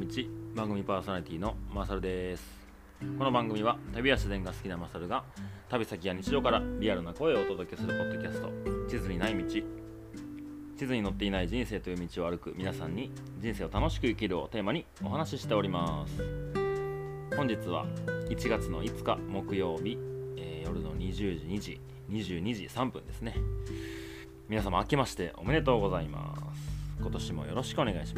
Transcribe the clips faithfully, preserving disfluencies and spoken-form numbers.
道番組パーソナリティのマサルです。この番組は旅や自然が好きなマサルが旅先や日常からリアルな声をお届けするポッドキャスト、地図にない道。地図に載っていない人生という道を歩く皆さんに人生を楽しく生きるをテーマにお話ししております。本日はいちがつのいつか木曜日、えー、夜のにじゅうじにじにじゅうにじさんぷんですね。皆様明けましておめでとうございます。今年もよろしくお願いします。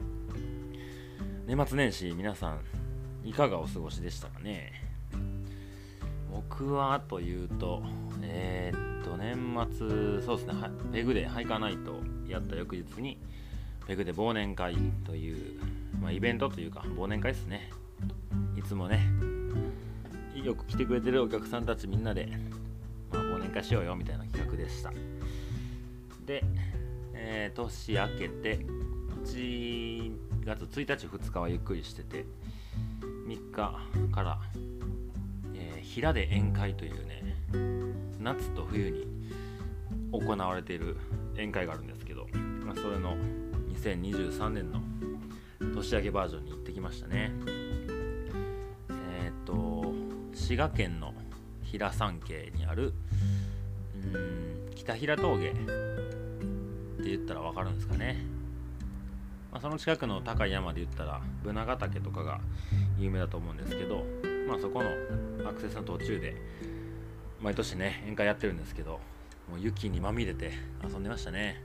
年末年始皆さんいかがお過ごしでしたかね。僕はというとえー、っと年末そうですね、ペグでハイカーナイトやった翌日にペグで忘年会という、まあ、イベントというか忘年会ですね。いつもねよく来てくれてるお客さんたちみんなで、まあ、忘年会しようよみたいな企画でした。で、えー、年明けていちがつついたちふつかはゆっくりしてて、みっかから、えー、平で宴会というね、夏と冬に行われている宴会があるんですけど、まあ、それのにせんにじゅうさんねんの年明けバージョンに行ってきましたね。えっと滋賀県の平山系にあるうーん北平峠って言ったら分かるんですかね。まあ、その近くの高い山で言ったらブナガ岳とかが有名だと思うんですけど、まあ、そこのアクセスの途中で毎年ね宴会やってるんですけど、もう雪にまみれて遊んでましたね。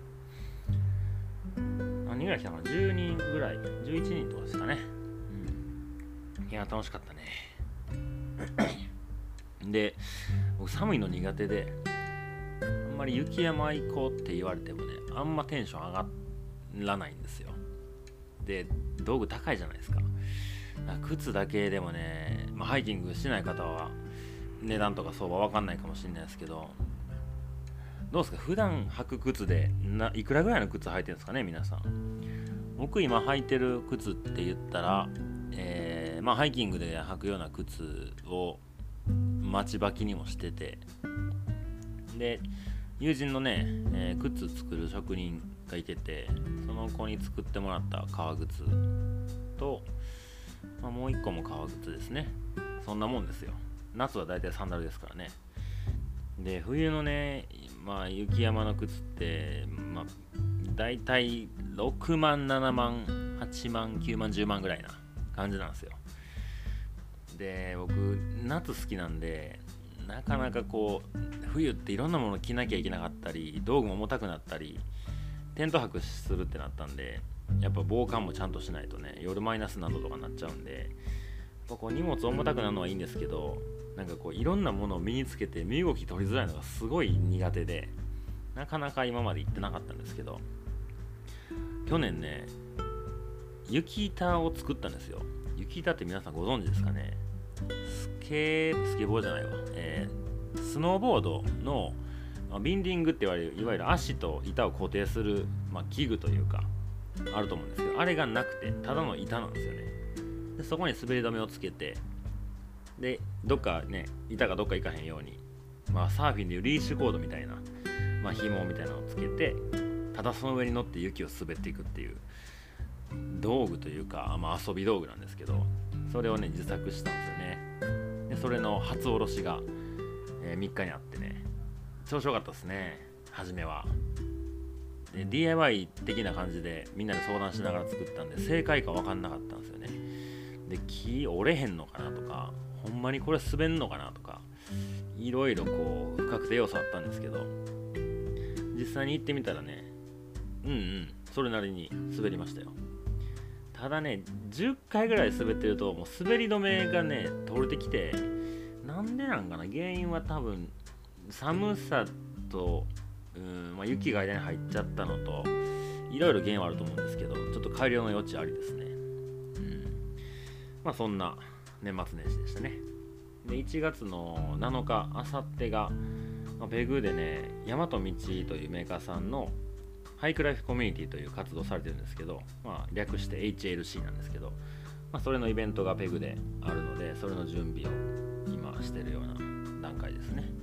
何人ぐらい来たかな、じゅうにんぐらい、じゅういちにんとかですかね。うん、いや楽しかったね。で僕寒いの苦手で、あんまり雪山行こうって言われてもねあんまテンション上がらないんですよ。で道具高いじゃないですか。靴だけでもね、まあ、ハイキングしてない方は値段とか相場分かんないかもしれないですけど、どうですか、普段履く靴でないくらぐらいの靴履いてるんですかね皆さん。僕今履いてる靴って言ったら、えー、まあハイキングで履くような靴を待ち履きにもしてて、で友人のね、えー、靴作る職人がいてて、その子に作ってもらった革靴と、まあ、もう一個も革靴ですね。そんなもんですよ。夏はだいたいサンダルですからね。で冬のね、まあ、雪山の靴って、まあ、だいたいろくまんななまんはちまんきゅうまんじゅうまんぐらいな感じなんですよ。で僕夏好きなんで、なかなかこう冬っていろんなもの着なきゃいけなかったり、道具も重たくなったり、テント泊するってなったんで、やっぱ防寒もちゃんとしないとね、夜マイナス何度とかなっちゃうんで、こう荷物重たくなるのはいいんですけど、なんかこういろんなものを身につけて身動き取りづらいのがすごい苦手で、なかなか今まで行ってなかったんですけど、去年ね雪板を作ったんですよ。雪板って皆さんご存知ですかね。スケスケボーじゃないわ、えー、スノーボードのビンディングって言われる、いわゆる足と板を固定する、まあ、器具というかあると思うんですけど、あれがなくてただの板なんですよね。でそこに滑り止めをつけて、でどっかね板がどっか行かへんように、まあサーフィンでいうリーシュコードみたいな、まあ紐みたいなのをつけて、ただその上に乗って雪を滑っていくっていう道具というか、まあ、遊び道具なんですけど、それをね自作したんですよね。でそれの初おろしが、えー、みっかにあってね、調子良かったですね初めは。で ディーアイワイ 的な感じでみんなで相談しながら作ったんで、正解か分かんなかったんですよね。で木折れへんのかなとか、ほんまにこれ滑んのかなとか、いろいろこう不確定要素あったんですけど、実際に行ってみたらね、うんうんそれなりに滑りましたよ。ただねじゅっかいぐらい滑ってるともう滑り止めがね取れてきて、なんでなんかな、原因は多分寒さとうーん、まあ、雪が間に入っちゃったのと、いろいろ原因はあると思うんですけど、ちょっと改良の余地ありですね。うん、まあそんな年末年始でしたね。でいちがつのなのか、あさってが、まあ、ペグでね大和道というメーカーさんのハイクライフコミュニティという活動されてるんですけど、まあ、略して エイチエルシー なんですけど、まあ、それのイベントがペグであるので、それの準備を今してるような段階ですね。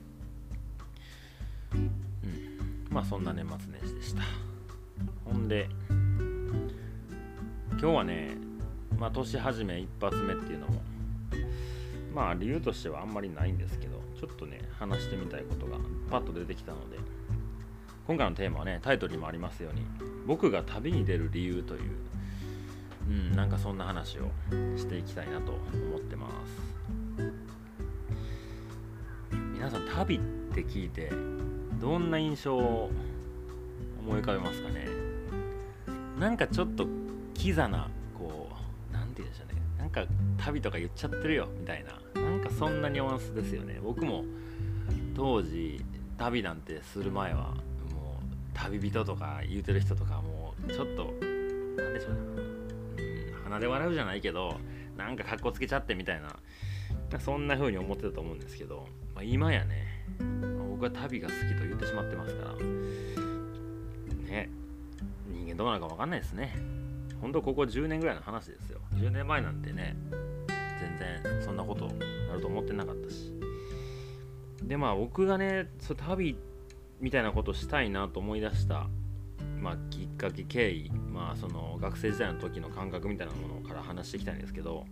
うん、まあそんな年末年始でした。ほんで今日はね、まあ年始め一発目っていうのもまあ理由としてはあんまりないんですけど、ちょっとね話してみたいことがパッと出てきたので、今回のテーマはね、タイトルにもありますように、僕が旅に出る理由という、うん、なんかそんな話をしていきたいなと思ってます。皆さん、旅って聞いてどんな印象を思い浮かべますかね。なんかちょっとキザな、こうなんて言うんでしょうね、なんか旅とか言っちゃってるよみたいな、なんかそんなニュアンスですよね。僕も当時旅なんてする前はもう旅人とか言うてる人とかもうちょっとなんでしょうね、うん、鼻で笑うじゃないけど、なんかカッコつけちゃってみたいな、そんな風に思ってたと思うんですけど、まあ、今やね、僕は旅が好きと言ってしまってますからね。人間どうなるか分かんないですね。ほんとここじゅうねんぐらいの話ですよ。じゅうねんまえなんてね、全然そんなことになると思ってなかったし。でまあ僕がね、そう旅みたいなことしたいなと思い出した、まあ、きっかけ経緯、まあその学生時代の時の感覚みたいなものから話していきたいんですけど、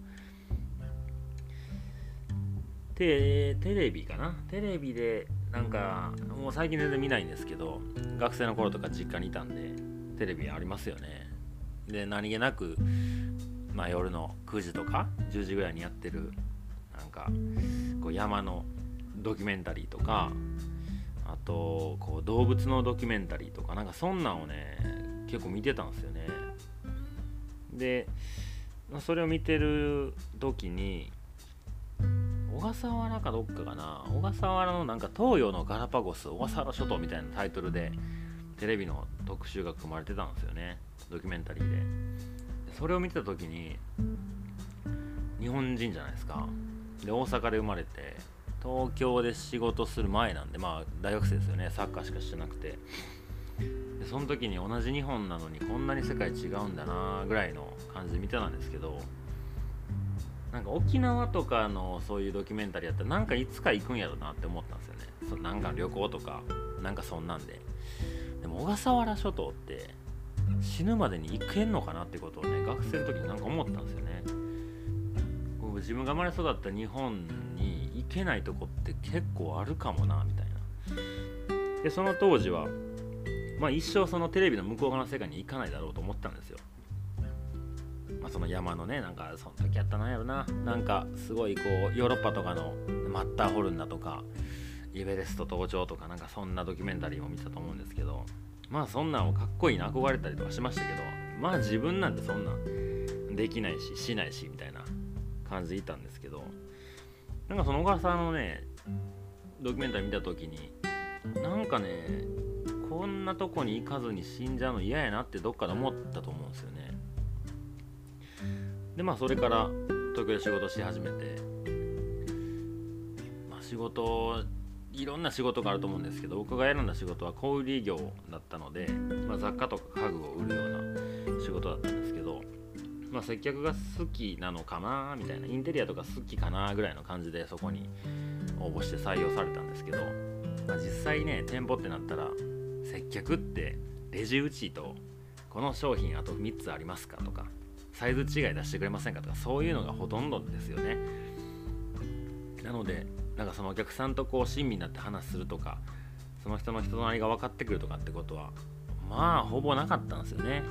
テレビかなテレビでなんかもう最近全然見ないんですけど、学生の頃とか実家にいたんでテレビありますよね。で何気なく、まあ、夜のくじとかじゅうじぐらいにやってるなんかこう山のドキュメンタリーとか、あとこう動物のドキュメンタリーとか、なんかそんなんをね結構見てたんですよね。でそれを見てる時に小笠原かどっかかな、小笠原のなんか東洋のガラパゴス小笠原諸島みたいなタイトルでテレビの特集が組まれてたんですよね、ドキュメンタリーで。それを見てた時に、日本人じゃないですか。で大阪で生まれて東京で仕事する前なんで、まあ大学生ですよね、サッカーしかしてなくて。でその時に同じ日本なのにこんなに世界違うんだなぐらいの感じで見てたんですけど、なんか沖縄とかのそういうドキュメンタリーやったらなんかいつか行くんやろなって思ったんですよね。そなんか旅行とかなんかそんなんで。でも小笠原諸島って死ぬまでに行けんのかなってことをね、学生の時になんか思ったんですよね。僕自分が生まれ育った日本に行けないとこって結構あるかもなみたいな。でその当時はまあ一生そのテレビの向こう側の世界に行かないだろうと思ったんですよ。まあ、その山のね、なんかその時やったなんやろな、なんかすごいこうヨーロッパとかのマッターホルンだとかエベレスト登頂とか、なんかそんなドキュメンタリーも見てたと思うんですけど、まあそんなんをかっこいいな憧れたりとかしましたけど、まあ自分なんてそんなんできないししないしみたいな感じでいたんですけど、なんかその小笠原のねドキュメンタリー見た時に、なんかねこんなとこに行かずに死んじゃうの嫌やなってどっかで思ったと思うんですよね。でまあそれから東京で仕事し始めて、まあ仕事いろんな仕事があると思うんですけど、僕が選んだ仕事は小売業だったので、まあ、雑貨とか家具を売るような仕事だったんですけど、まあ接客が好きなのかなみたいな、インテリアとか好きかなぐらいの感じでそこに応募して採用されたんですけど、まあ、実際ね店舗ってなったら接客ってレジ打ちとこの商品あとみっつありますかとか、サイズ違い出してくれませんかとか、そういうのがほとんどですよね。なのでなんかそのお客さんとこう親身になって話するとか、その人の人となりが分かってくるとかってことはまあほぼなかったんですよね。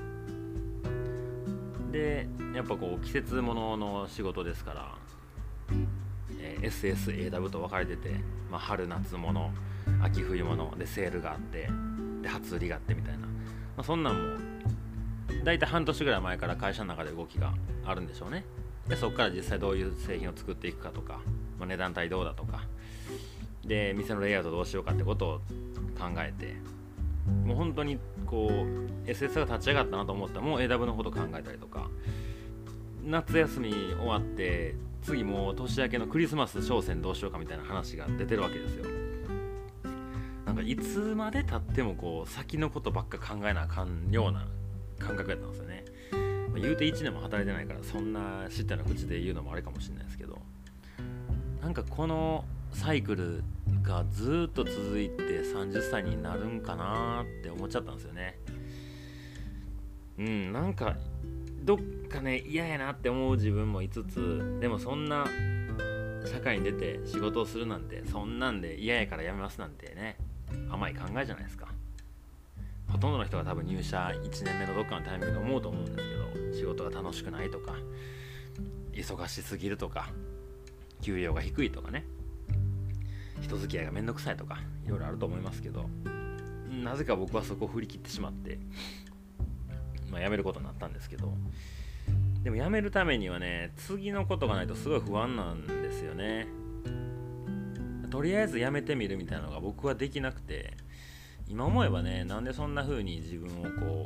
でやっぱこう季節物の仕事ですから、えー、エスエスエーダブリュー と分かれてて、まあ、春夏物秋冬物でセールがあってで初売りがあってみたいな、まあ、そんなんもだいたい半年ぐらい前から会社の中で動きがあるんでしょうね。でそこから実際どういう製品を作っていくかとか、まあ、値段帯どうだとかで店のレイアウトどうしようかってことを考えて、もう本当にこう エスエス が立ち上がったなと思ったらもう エーダブリュー のこと考えたりとか、夏休み終わって次もう年明けのクリスマス商戦どうしようかみたいな話が出てるわけですよ。なんかいつまで経ってもこう先のことばっか考えなあかんような感覚やったんですよね。まあ、言うていちねんも働いてないからそんな知ったような口で言うのもあれかもしれないですけど、なんかこのサイクルがずっと続いてさんじゅっさいになるんかなって思っちゃったんですよね。うん、なんかどっかね嫌やなって思う自分もいつつ、でもそんな社会に出て仕事をするなんて、そんなんで嫌やから辞めますなんてね、甘い考えじゃないですか。ほとんどの人が多分入社いちねんめのどっかのタイミングで思うと思うんですけど、仕事が楽しくないとか、忙しすぎるとか、給料が低いとかね、人付き合いがめんどくさいとか、いろいろあると思いますけど、なぜか僕はそこを振り切ってしまって、まあ、辞めることになったんですけど、でも辞めるためにはね、次のことがないとすごい不安なんですよね。とりあえず辞めてみるみたいなのが僕はできなくて、今思えばね、なんでそんな風に自分をこ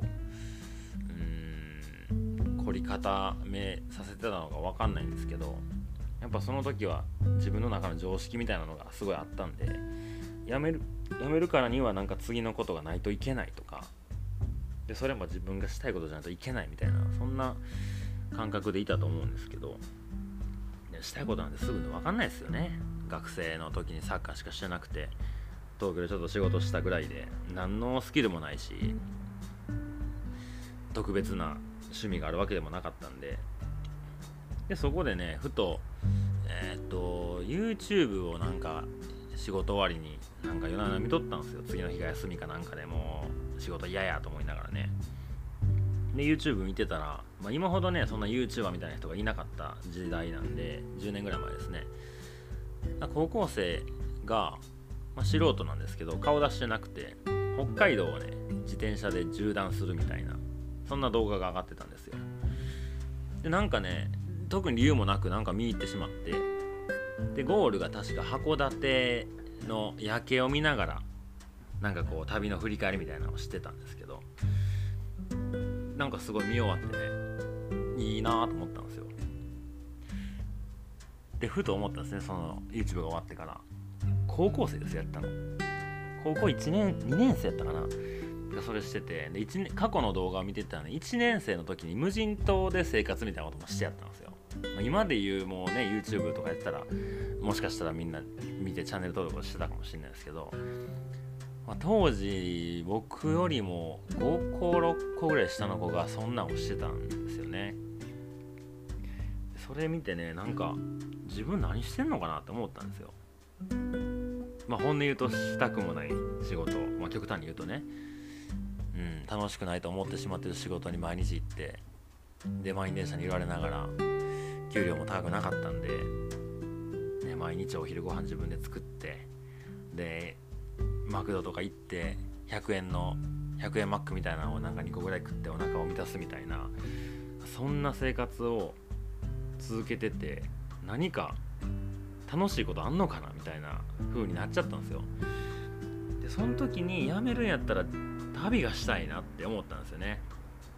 う、うーん凝り固めさせてたのか分かんないんですけど、やっぱその時は自分の中の常識みたいなのがすごいあったんで、辞める辞めるからにはなんか次のことがないといけないとかで、それも自分がしたいことじゃないといけないみたいな、そんな感覚でいたと思うんですけど、したいことなんてすぐに分かんないですよね。学生の時にサッカーしかしてなくて、東京でちょっと仕事したぐらいで何のスキルもないし、特別な趣味があるわけでもなかったんで、でそこでね、ふとえー、っと YouTube をなんか仕事終わりになんか夜な夜な見とったんですよ。次の日が休みかなんかで、もう仕事嫌やと思いながらね。で YouTube 見てたら、まあ、今ほどねそんな YouTuber みたいな人がいなかった時代なんで、じゅうねんぐらい前ですね。高校生が、まあ、素人なんですけど、顔出してなくて北海道をね自転車で縦断するみたいな、そんな動画が上がってたんですよ。でなんかね、特に理由もなくなんか見入ってしまって、でゴールが確か函館の夜景を見ながらなんかこう旅の振り返りみたいなのをしてたんですけど、なんかすごい見終わってね、いいなと思ったんですよ。でふと思ったんですね、その YouTube が終わってから。高校生ですよ、やったの。高校いちねんにねん生やったかな、それしてて、でいちねん過去の動画を見てたらね、いちねん生の時に無人島で生活みたいなこともしてやったんですよ。まあ、今で言うもうね YouTube とかやったらもしかしたらみんな見てチャンネル登録してたかもしれないですけど、まあ、当時僕よりもごころっこぐらい下の子がそんなんをしてたんですよね。それ見てね、なんか自分何してんのかなって思ったんですよ。まあ本音言うとしたくもない仕事、まあ極端に言うとね、うん、楽しくないと思ってしまってる仕事に毎日行って、で満員電車に揺られながら給料も高くなかったんで、ね、毎日お昼ご飯自分で作って、でマクドとか行ってひゃくえんのひゃくえんマックみたいなのをなんかにこぐらい食ってお腹を満たすみたいな、そんな生活を続けてて、何か楽しいことあんのかなみたいな風になっちゃったんですよ。でその時に辞めるんやったら旅がしたいなって思ったんですよね。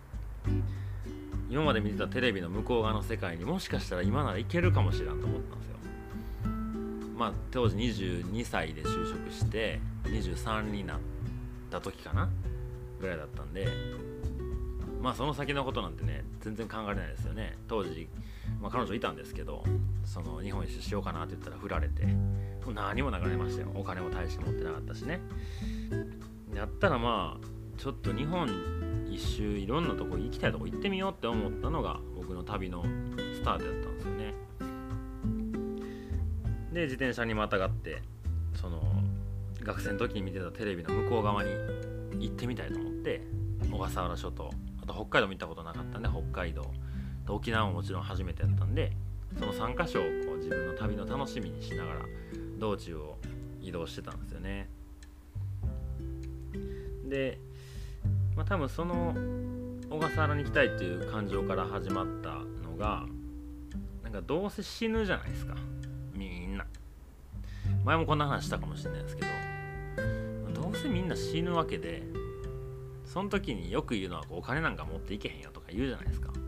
今まで見てたテレビの向こう側の世界にもしかしたら今ならいけるかもしれんと思ったんですよ。まあ当時にじゅうにさいで就職してにじゅうさんになった時かなぐらいだったんで、まあその先のことなんてね全然考えれないですよね。当時、まあ、彼女いたんですけど、その日本一周しようかなって言ったら振られて、何も流れましたよ。お金も大して持ってなかったしね。やったらまあちょっと日本一周いろんなとこ行きたいとこ行ってみようって思ったのが僕の旅のスタートだったんですよね。で自転車にまたがってその学生の時に見てたテレビの向こう側に行ってみたいと思って、小笠原諸島、あと北海道見たことなかったんで北海道と沖縄ももちろん初めてやったんで、そのさんカ所をこう自分の旅の楽しみにしながら道中を移動してたんですよね。で、まあ、多分その小笠原に行きたいという感情から始まったのが、なんかどうせ死ぬじゃないですかみんな。前もこんな話したかもしれないですけど、どうせみんな死ぬわけで、その時によく言うのはお金なんか持っていけへんよとか言うじゃないですか。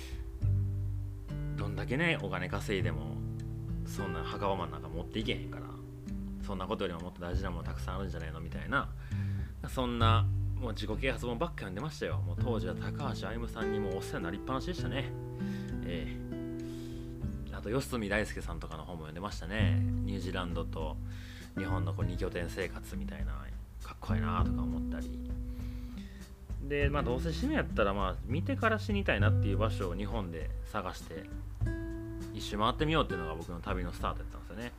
どんだけねお金稼いでもそんな墓場マンなんか持っていけへんから、そんなことよりももっと大事なものたくさんあるんじゃないのみたいな、そんなもう自己啓発本ばっか読んでましたよ。もう当時は高橋歩さんにもお世話になりっぱなしでしたね。えー、あと吉住大輔さんとかの本も読んでましたね。ニュージーランドと日本のこう二拠点生活みたいな、かっこいいなとか思ったりでまあどうせ死ぬやったらまあ見てから死にたいなっていう場所を日本で探して一周回ってみようっていうのが僕の旅のスタートだったんですよね。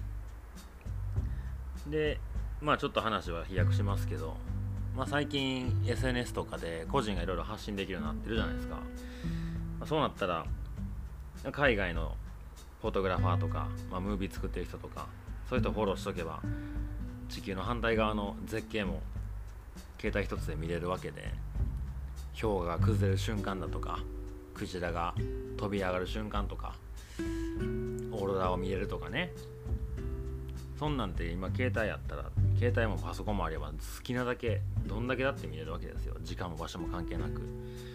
でまあちょっと話は飛躍しますけど、まあ、最近 エスエヌエス とかで個人がいろいろ発信できるようになってるじゃないですか。まあ、そうなったら海外のフォトグラファーとか、まあ、ムービー作ってる人とかそういう人をフォローしとけば地球の反対側の絶景も携帯一つで見れるわけで、氷河が崩れる瞬間だとかクジラが飛び上がる瞬間とかオーロラを見れるとかね。そんなんて今携帯やったら携帯もパソコンもあれば好きなだけどんだけだって見れるわけですよ。時間も場所も関係なく。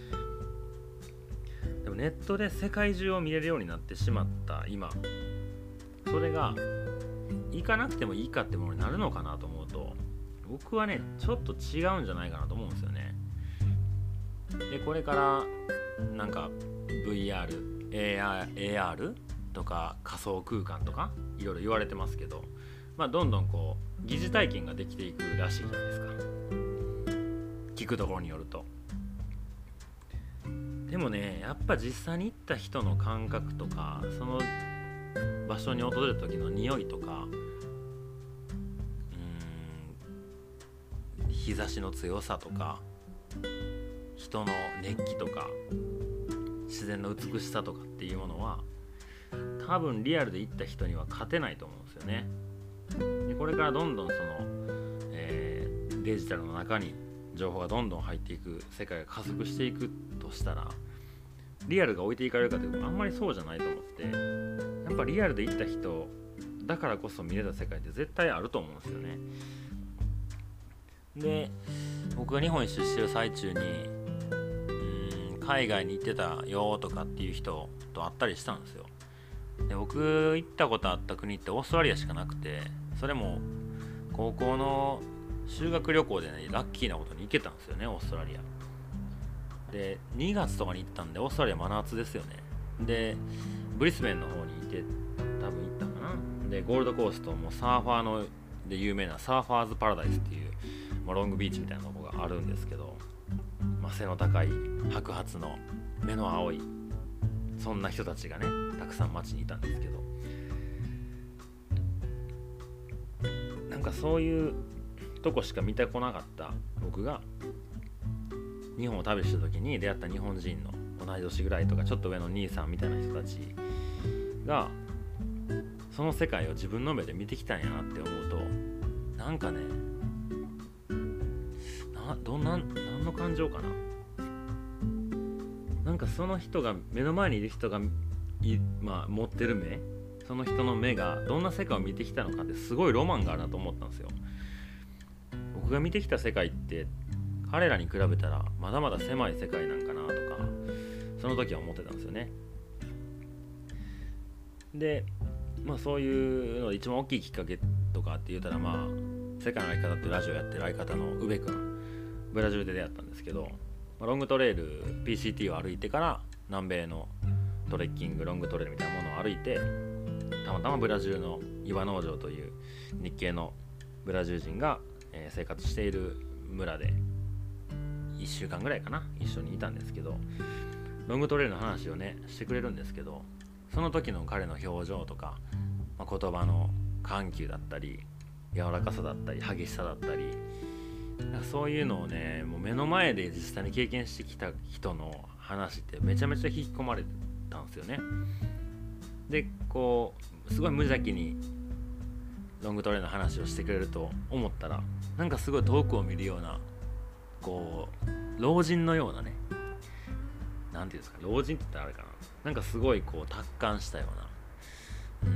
でもネットで世界中を見れるようになってしまった今、それが行かなくてもいいかってものになるのかなと思うと、僕はねちょっと違うんじゃないかなと思うんですよね。でこれからなんか ブイアール、エーアール、エーアール とか仮想空間とかいろいろ言われてますけど、まあどんどんこう疑似体験ができていくらしいじゃないですか、聞くところによると。でもねやっぱ実際に行った人の感覚とかその場所に訪れた時の匂いとか、うーん日差しの強さとか人の熱気とか自然の美しさとかっていうものは多分リアルで行った人には勝てないと思うんですよね。でこれからどんどんその、えー、デジタルの中に情報がどんどん入っていく世界が加速していくとしたらリアルが置いていかれるかというとあんまりそうじゃないと思って、やっぱリアルで行った人だからこそ見れた世界って絶対あると思うんですよね。で僕が日本一周してる最中にうーん海外に行ってたよとかっていう人と会ったりしたんですよ。で僕行ったことあった国ってオーストラリアしかなくて、それも高校の修学旅行でねラッキーなことに行けたんですよね。オーストラリアでにがつとかに行ったんでオーストラリア真夏ですよね。でブリスベンの方にいて多分行ったかな。でゴールドコーストもサーファーので有名なサーファーズパラダイスっていう、まあ、ロングビーチみたいなとこがあるんですけど、まあ、背の高い白髪の目の青いそんな人たちがねたくさん街にいたんですけど、なんかそういうとこしか見てこなかった僕が日本を旅した時に出会った日本人の同い年ぐらいとかちょっと上の兄さんみたいな人たちがその世界を自分の目で見てきたんやなって思うと、なんかねなどんな何の感情かな、なんかその人が目の前にいる人がい、まあ、持ってる目、その人の目がどんな世界を見てきたのかってすごいロマンがあるなと思ったんですよ。僕が見てきた世界って彼らに比べたらまだまだ狭い世界なんかなとかその時は思ってたんですよね。でまあそういうので一番大きいきっかけとかって言ったら、まあ世界の相方っていうラジオやってる相方の宇部君、ブラジルで出会ったんですけど、ロングトレイル ピーシーティー を歩いてから南米のトレッキングロングトレイルみたいなものを歩いて、たまたまブラジルの岩農場という日系のブラジル人が、えー、生活している村でいっしゅうかんぐらいかな一緒にいたんですけど、ロングトレイルの話をねしてくれるんですけど、その時の彼の表情とか、まあ、言葉の緩急だったり柔らかさだったり激しさだったり、そういうのをねもう目の前で実際に経験してきた人の話ってめちゃめちゃ引き込まれたんですよね。でこうすごい無邪気にロングトレイルの話をしてくれると思ったら、なんかすごい遠くを見るようなこう老人のようなね、なんていうんですか、老人って言ったらあれかな、なんかすごいこう達観したような、うん、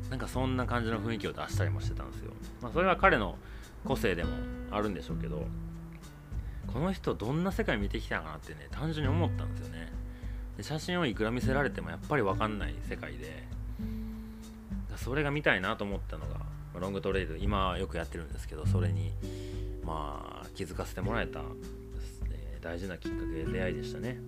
なんかそんな感じの雰囲気を出したりもしてたんですよ。まあそれは彼の個性でもあるんでしょうけど、この人どんな世界見てきたかなってね単純に思ったんですよね。で写真をいくら見せられてもやっぱり分かんない世界で、それが見たいなと思ったのがロングトレイル、今よくやってるんですけど、それにまあ気づかせてもらえたですね大事なきっかけ出会いでしたね。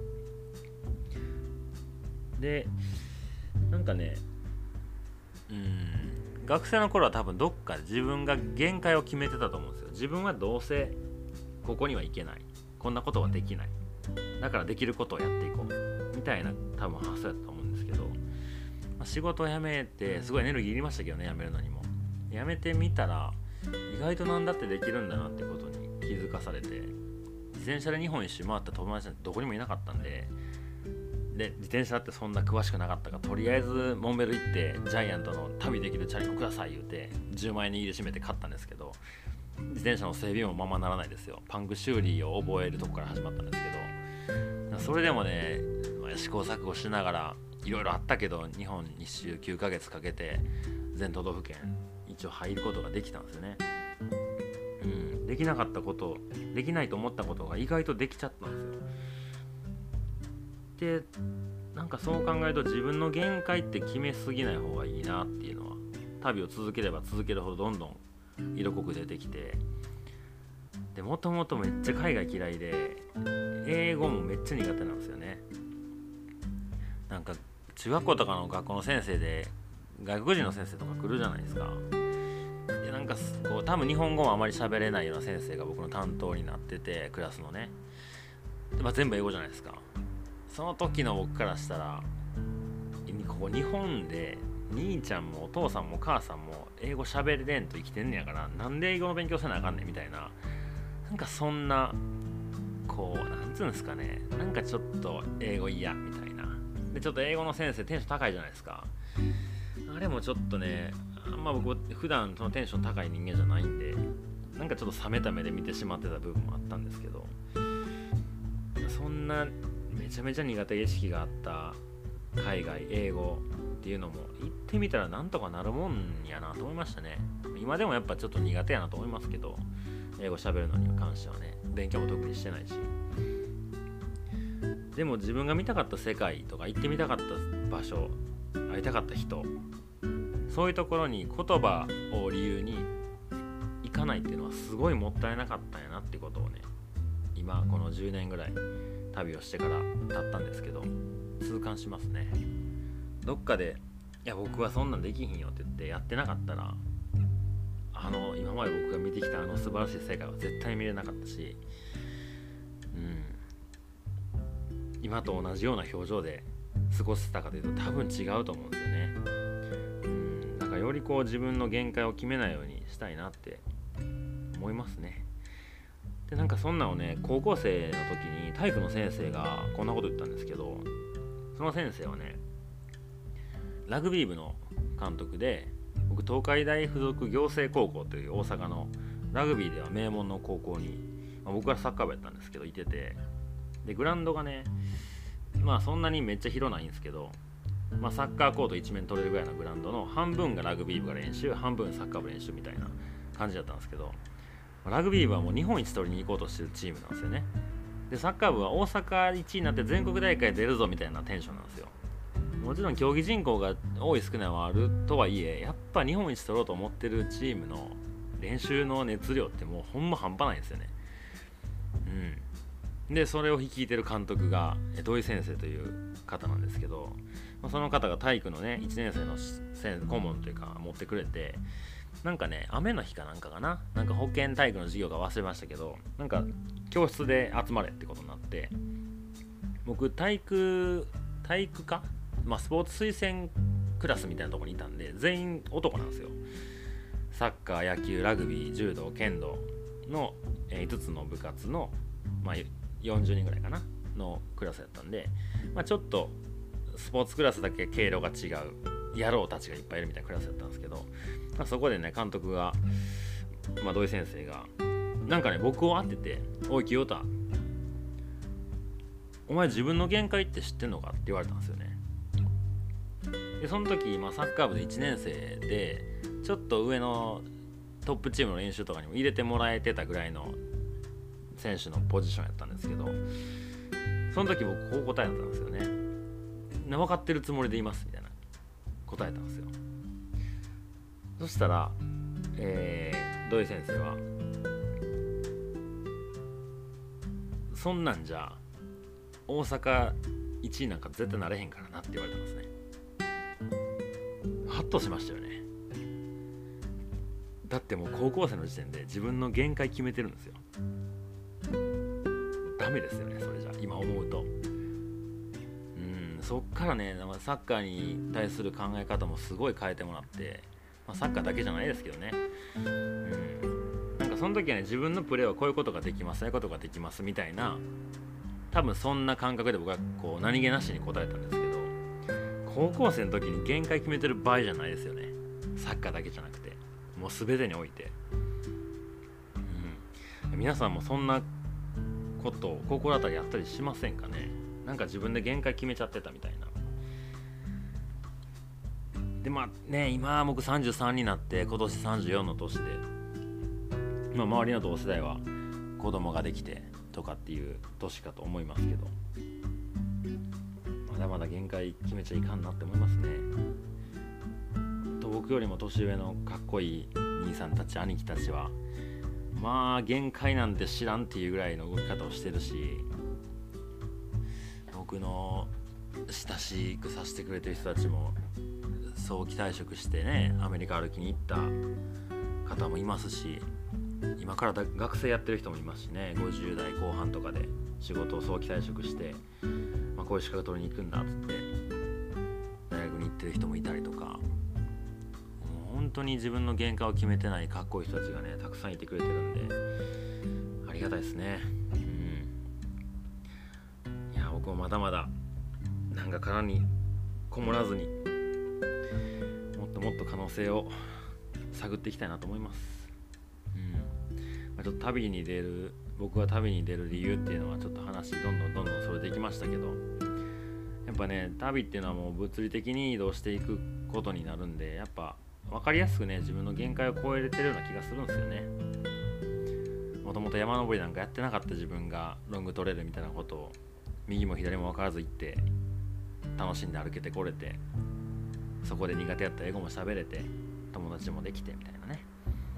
でなんかねうーん学生の頃は多分どっかで自分が限界を決めてたと思うんですよ。自分はどうせここには行けない、 こんなことはできない、だからできることをやっていこうみたいな多分発想だったと思うんですけど、まあ、仕事を辞めてすごいエネルギーいりましたけどね、辞めるのにも。辞めてみたら意外となんだってできるんだなってことに気づかされて、自転車で日本一周回った友達なんてどこにもいなかったんで、で自転車ってそんな詳しくなかったから、とりあえずモンベル行ってジャイアントの旅できるチャリンコください言うてじゅうまん円に入れ締めて買ったんですけど、自転車の整備もままならないですよ。パンク修理を覚えるとこから始まったんですけど、それでもね、試行錯誤しながらいろいろあったけど、日本一周きゅうかげつかけて全都道府県一応入ることができたんですよね。うん、できなかったこと、できないと思ったことが意外とできちゃったんですよ。で、なんかそう考えると自分の限界って決めすぎない方がいいなっていうのは、旅を続ければ続けるほどどんどん色濃く出てきて、でもともとめっちゃ海外嫌いで英語もめっちゃ苦手なんですよね。なんか中学校とかの学校の先生で外国人の先生とか来るじゃないですか。でなんかこう多分日本語もあまり喋れないような先生が僕の担当になってて、クラスのね、で、まあ、全部英語じゃないですか。その時の僕からしたら、ここ日本で兄ちゃんもお父さんもお母さんも英語喋れんと生きてんねやから、なんで英語の勉強せなあかんねんみたいな、なんかそんなこうなんつうんですかね、なんかちょっと英語嫌みたいな。でちょっと英語の先生テンション高いじゃないですか。あれもちょっとね、あんま僕普段そのテンション高い人間じゃないんで、なんかちょっと冷めた目で見てしまってた部分もあったんですけど、そんなめちゃめちゃ苦手意識があった海外英語っていうのも行ってみたらなんとかなるもんやなと思いましたね。今でもやっぱちょっと苦手やなと思いますけど、英語喋るのに関してはね、勉強も特にしてないし。でも自分が見たかった世界とか行ってみたかった場所、会いたかった人、そういうところに言葉を理由に行かないっていうのはすごいもったいなかったんやなってことをね、今このじゅうねんぐらい旅をしてから経ったんですけど痛感しますね。どっかでいや僕はそんなんできひんよって言ってやってなかったら、あの今まで僕が見てきたあの素晴らしい世界は絶対見れなかったし、うん、今と同じような表情で過ごせたかというと多分違うと思うんですよね。うん、だからよりこう自分の限界を決めないようにしたいなって思いますね。でなんかそんなのね、高校生の時に体育の先生がこんなこと言ったんですけど、その先生はね、ラグビー部の監督で、僕東海大附属行政高校という大阪のラグビーでは名門の高校に、まあ、僕はサッカー部やったんですけどいてて、でグラウンドがね、まあそんなにめっちゃ広ないんですけど、まあ、サッカーコート一面取れるぐらいのグラウンドの半分がラグビー部が練習、半分サッカー部練習みたいな感じだったんですけど、ラグビー部はもう日本一取りに行こうとしてるチームなんですよね。でサッカー部は大阪いちいになって全国大会出るぞみたいなテンションなんですよ。もちろん競技人口が多い少ないはあるとはいえ、やっぱ日本一取ろうと思ってるチームの練習の熱量ってもうほんま半端ないんですよね。うん。でそれを率いてる監督が土井先生という方なんですけど、その方が体育のねいちねん生の顧問というか持ってくれて、なんかね雨の日かなんかかな、なんか保健体育の授業が忘れましたけど、なんか教室で集まれってことになって、僕体育体育科、まあスポーツ推薦クラスみたいなところにいたんで全員男なんですよ。サッカー、野球、ラグビー、柔道、剣道のいつつの部活の、まあ、よんじゅうにんぐらいかなのクラスやったんで、まあ、ちょっとスポーツクラスだけ経路が違う野郎たちがいっぱいいるみたいなクラスやったんですけど、まあ、そこでね監督が、まあ、土井先生がなんかね僕を当てて、おい清田お前自分の限界って知ってんのかって言われたんですよね。でその時、まあ、サッカー部でいちねん生でちょっと上のトップチームの練習とかにも入れてもらえてたぐらいの選手のポジションやったんですけど、その時僕こう答えたんですよね。分かってるつもりでいますみたいな答えたんですよ。そしたら、えー、土井先生はそんなんじゃ大阪いちいなんか絶対なれへんからなって言われたんですね。ハッとしましたよね。だってもう高校生の時点で自分の限界決めてるんですよ。 ダメですよね、それじゃ今思うと。うんそっからねサッカーに対する考え方もすごい変えてもらって、まあ、サッカーだけじゃないですけどね、うんなんかその時はね自分のプレーはこういうことができますああいうことができますみたいな、多分そんな感覚で僕はこう何気なしに答えたんですけど、高校生の時に限界決めてる場合じゃないですよね、サッカーだけじゃなくてもう全てにおいて、うん、皆さんもそんなことを心当たりやったりしませんかね。なんか自分で限界決めちゃってたみたいな。でまあね今僕さんじゅうさんになって今年さんじゅうよんの年で、まあ、周りの同世代は子供ができてとかっていう年かと思いますけど、まだまだ限界決めちゃいかんなって思いますね。と僕よりも年上のかっこいい兄さんたち兄貴たちはまあ限界なんて知らんっていうぐらいの動き方をしてるし、僕の親しくさせてくれてる人たちも早期退職してねアメリカ歩きに行った方もいますし、今からだ学生やってる人もいますしね、ごじゅう代後半とかで仕事を早期退職して、まあ、こういう資格取りに行くんだっつって大学に行ってる人もいたりとか、もう本当に自分の限界を決めてないかっこいい人たちがねたくさんいてくれてるんでありがたいですね、うん、いや僕もまだまだなんか殻にこもらずにもっともっと可能性を探っていきたいなと思います。ちょっと旅に出る僕が旅に出る理由っていうのはちょっと話どんどんどんどんそれていきましたけど、やっぱね旅っていうのはもう物理的に移動していくことになるんで、やっぱ分かりやすくね自分の限界を超えれてるような気がするんですよね。もともと山登りなんかやってなかった自分がロングトレイルみたいなことを右も左も分からず行って楽しんで歩けてこれて、そこで苦手やった英語も喋れて友達もできてみたいなね。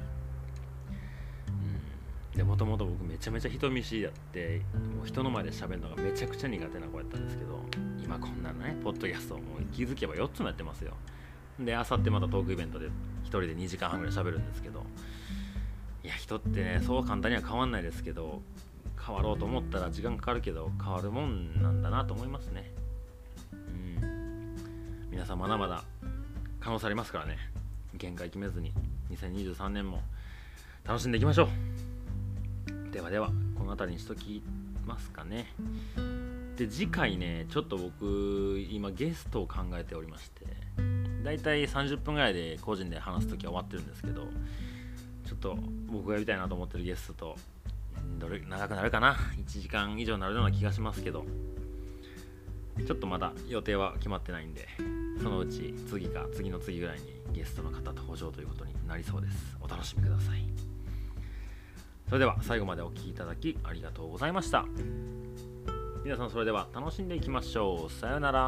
でもともと僕めちゃめちゃ人見知りやって、もう人の前で喋るのがめちゃくちゃ苦手な子やったんですけど、今こんなのねポッドキャストもう気づけばよっつもやってますよ。であさってまたトークイベントで一人でにじかんはんぐらい喋るんですけど、いや人ってねそう簡単には変わんないですけど、変わろうと思ったら時間かかるけど変わるもんなんだなと思いますね。うん皆さんまだまだ可能性ありますからね。限界決めずににせんにじゅうさんねんも楽しんでいきましょう。ではではこの辺りにしときますかね。で次回ねちょっと僕今ゲストを考えておりまして、だいたいさんじゅっぷんぐらいで個人で話すときは終わってるんですけど、ちょっと僕がやりたいなと思ってるゲストとどれ長くなるかな、いちじかん以上になるような気がしますけど、ちょっとまだ予定は決まってないんで、そのうち次か次の次ぐらいにゲストの方登場ということになりそうです。お楽しみください。それでは最後までお聞きいただきありがとうございました。皆さんそれでは楽しんでいきましょう。さようなら。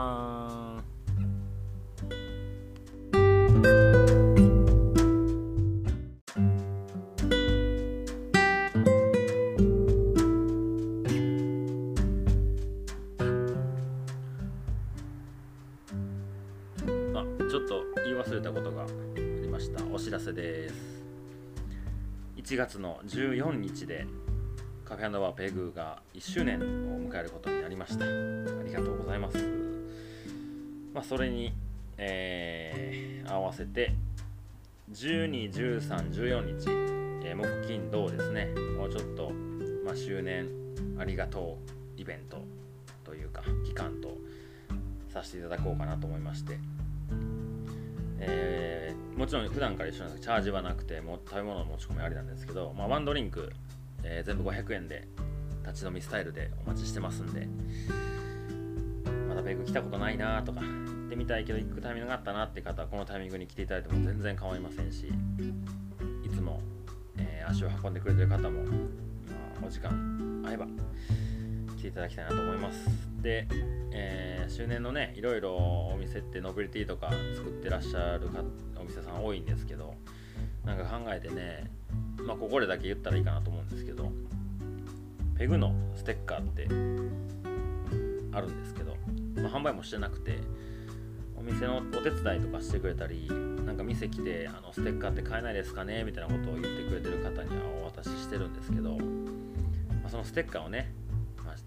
あ、ちょっと言い忘れたことがありました。お知らせです。いちがつのじゅうよっかでカフェ&バーペグがいっしゅうねんを迎えることになりました。ありがとうございます。まあ、それに、えー、合わせてじゅうに、じゅうさん、じゅうよっか、えー、木金土ですね、もうちょっと、まあ、周年ありがとうイベントというか期間とさせていただこうかなと思いまして、えー、もちろん普段から一緒なんですけどチャージはなくても食べ物の持ち込みありなんですけど、まあ、ワンドリンク、えー、全部ごひゃくえんで立ち飲みスタイルでお待ちしてますんで、まだペグ来たことないなとか行ってみたいけど行くタイミングがあったなって方はこのタイミングに来ていただいても全然構いませんし、いつも、えー、足を運んでくれてる方も、まあ、お時間合えば来ていただきたいなと思います。で、えー、周年のねいろいろお店ってノベルティとか作ってらっしゃるかお店さん多いんですけど、なんか考えてね、まあここでだけ言ったらいいかなと思うんですけど、ペグのステッカーってあるんですけど、まあ、販売もしてなくてお店のお手伝いとかしてくれたり、なんか店来てあのステッカーって買えないですかねみたいなことを言ってくれてる方にはお渡ししてるんですけど、まあ、そのステッカーをね、まあ、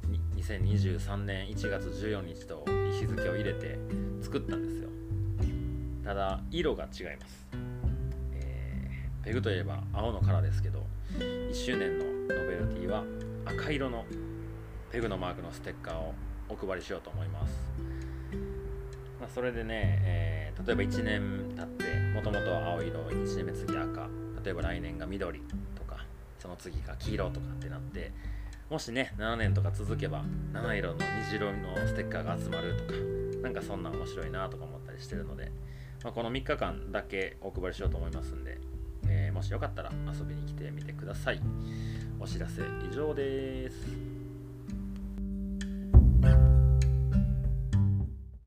せんにじゅうさんねんいちがつじゅうよっかと日付を入れて作ったんですよ。ただ色が違います。えー、ペグといえば青のカラーですけど、いっしゅうねんのノベルティは赤色のペグのマークのステッカーをお配りしようと思います。まあ、それでね、えー、例えばいちねん経ってもともとは青色、いちねんめ次赤、例えば来年が緑とかその次が黄色とかってなって、もしねななねんとか続けばなな色の虹色のステッカーが集まるとか、なんかそんな面白いなとか思ったりしてるので、まあ、このみっかかんだけお配りしようと思いますんで、えー、もしよかったら遊びに来てみてください。お知らせ以上です。